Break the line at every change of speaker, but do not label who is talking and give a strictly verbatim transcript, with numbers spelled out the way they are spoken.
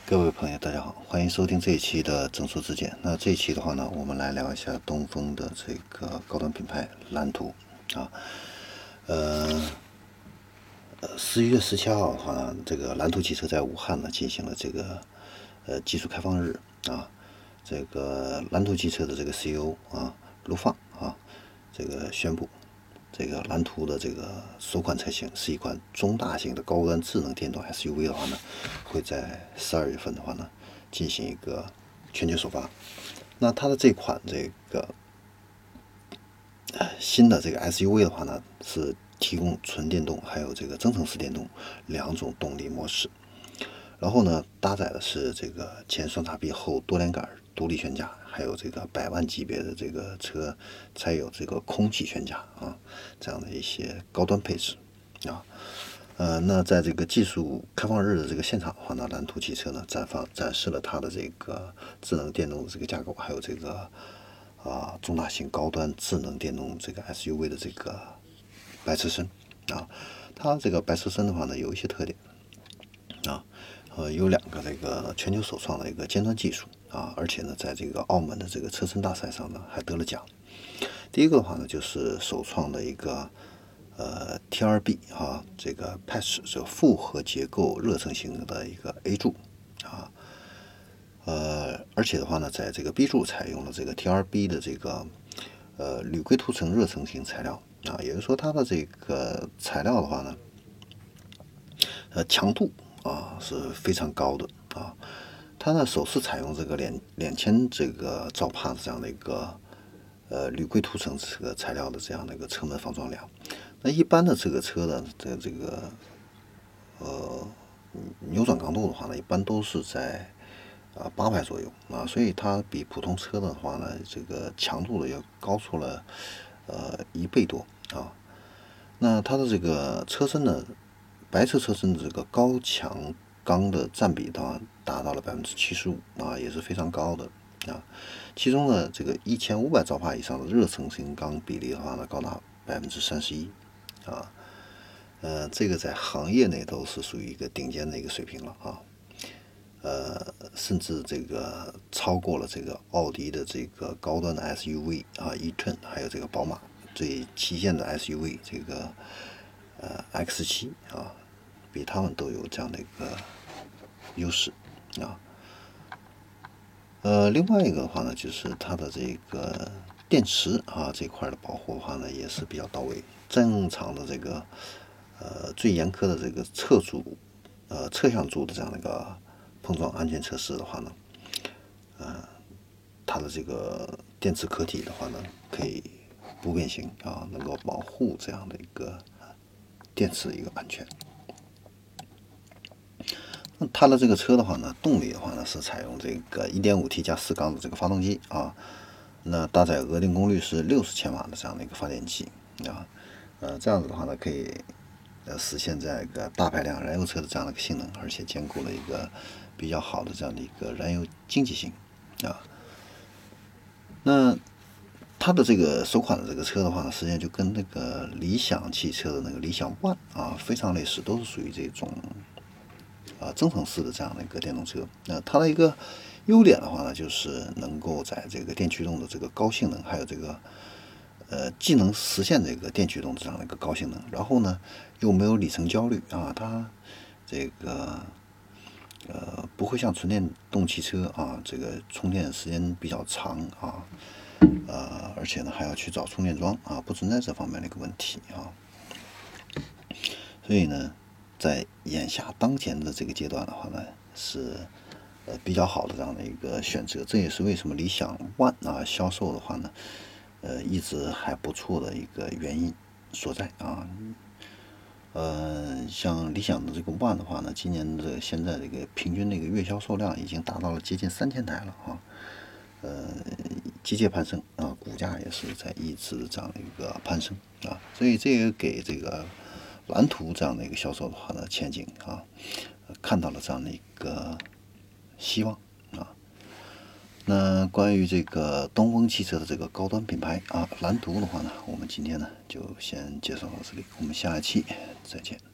各位朋友，大家好，欢迎收听这一期的正说之见。那这一期的话呢，我们来聊一下东风的这个高端品牌蓝图啊。呃，十一月十七号的话呢，这个蓝图汽车在武汉呢进行了这个呃技术开放日啊。这个蓝图汽车的这个 C E O 啊陆放啊，这个宣布，这个蓝图的这个首款车型是一款中大型的高端智能电动 S U V 的话呢，会在十二月份的话呢进行一个全球首发。那它的这款这个新的这个 S U V 的话呢，是提供纯电动还有这个增程式电动两种动力模式。然后呢，搭载的是这个前双叉臂后多连杆独立悬架，还有这个百万级别的这个车才有这个空气悬架啊，这样的一些高端配置啊。呃，那在这个技术开放日的这个现场的话呢，蓝图汽车呢展放展示了它的这个智能电动的这个架构，还有这个啊中大型高端智能电动这个 S U V 的这个白车身啊。它这个白车身的话呢，有一些特点啊。呃，有两个这个全球首创的一个尖端技术啊，而且呢，在这个澳门的这个车身大赛上呢，还得了奖。第一个的话呢，就是首创的一个呃 T R B 啊，这个 Patch 这个复合结构热成型的一个 A 柱啊，呃，而且的话呢，在这个 B 柱采用了这个 T R B 的这个呃铝硅涂层热成型材料啊，也就是说它的这个材料的话呢，呃，强度啊是非常高的啊。它呢首次采用这个两两千这个兆帕的这样的一个呃铝硅涂层这个材料的这样的一个车门防撞梁。那一般的这个车的这个这个呃扭转刚度的话呢，一般都是在啊八百左右啊，所以它比普通车的话呢，这个强度呢要高出了呃一倍多啊。那它的这个车身呢，白车车身的这个高强钢的占比的话，达到了百分之七十五啊，也是非常高的啊。其中呢，这个一千五百兆帕以上的热成型钢比例的话呢，高达百分之三十一啊。呃，这个在行业内都是属于一个顶尖的一个水平了啊。呃，甚至这个超过了这个奥迪的这个高端的 S U V 啊 e-tron， 还有这个宝马最旗舰的 S U V 这个呃 X 七 啊，比他们都有这样的一个优势啊。呃，另外一个的话呢，就是它的这个电池啊这块的保护的话呢，也是比较到位。正常的这个呃最严苛的这个侧柱呃侧向柱的这样的一个碰撞安全测试的话呢，呃，它的这个电池壳体的话呢，可以不变形啊，能够保护这样的一个电池的一个安全。那它的这个车的话呢，动力的话呢是采用这个 一点五 T 加四缸的这个发动机啊，那搭载额定功率是六十千瓦的这样的一个发电机啊，呃，这样子的话呢，可以呃实现这样一个大排量燃油车的这样的一个性能，而且兼顾了一个比较好的这样的一个燃油经济性啊。那它的这个首款的这个车的话呢，实际上就跟那个理想汽车的那个理想 ONE 啊非常类似，都是属于这种啊增程式的这样的一个电动车。那它的一个优点的话呢，就是能够在这个电驱动的这个高性能，还有这个呃既能实现这个电驱动这样的一个高性能，然后呢又没有里程焦虑啊，它这个呃不会像纯电动汽车啊，这个充电时间比较长啊。呃，而且呢还要去找充电桩啊，不存在这方面的一个问题啊。所以呢，在眼下当前的这个阶段的话呢，是呃比较好的这样的一个选择。这也是为什么理想 ONE 啊销售的话呢，呃一直还不错的一个原因所在啊。呃，像理想的这个 ONE 的话呢，今年的现在这个平均的一个月销售量已经达到了接近三千台了啊。呃，节节攀升啊，股价也是在一直的这样的一个攀升啊，所以这个给这个蓝图这样的一个销售的话呢，前景啊，看到了这样的一个希望啊。那关于这个东风汽车的这个高端品牌啊，蓝图的话呢，我们今天呢就先介绍到这里，我们下一期再见。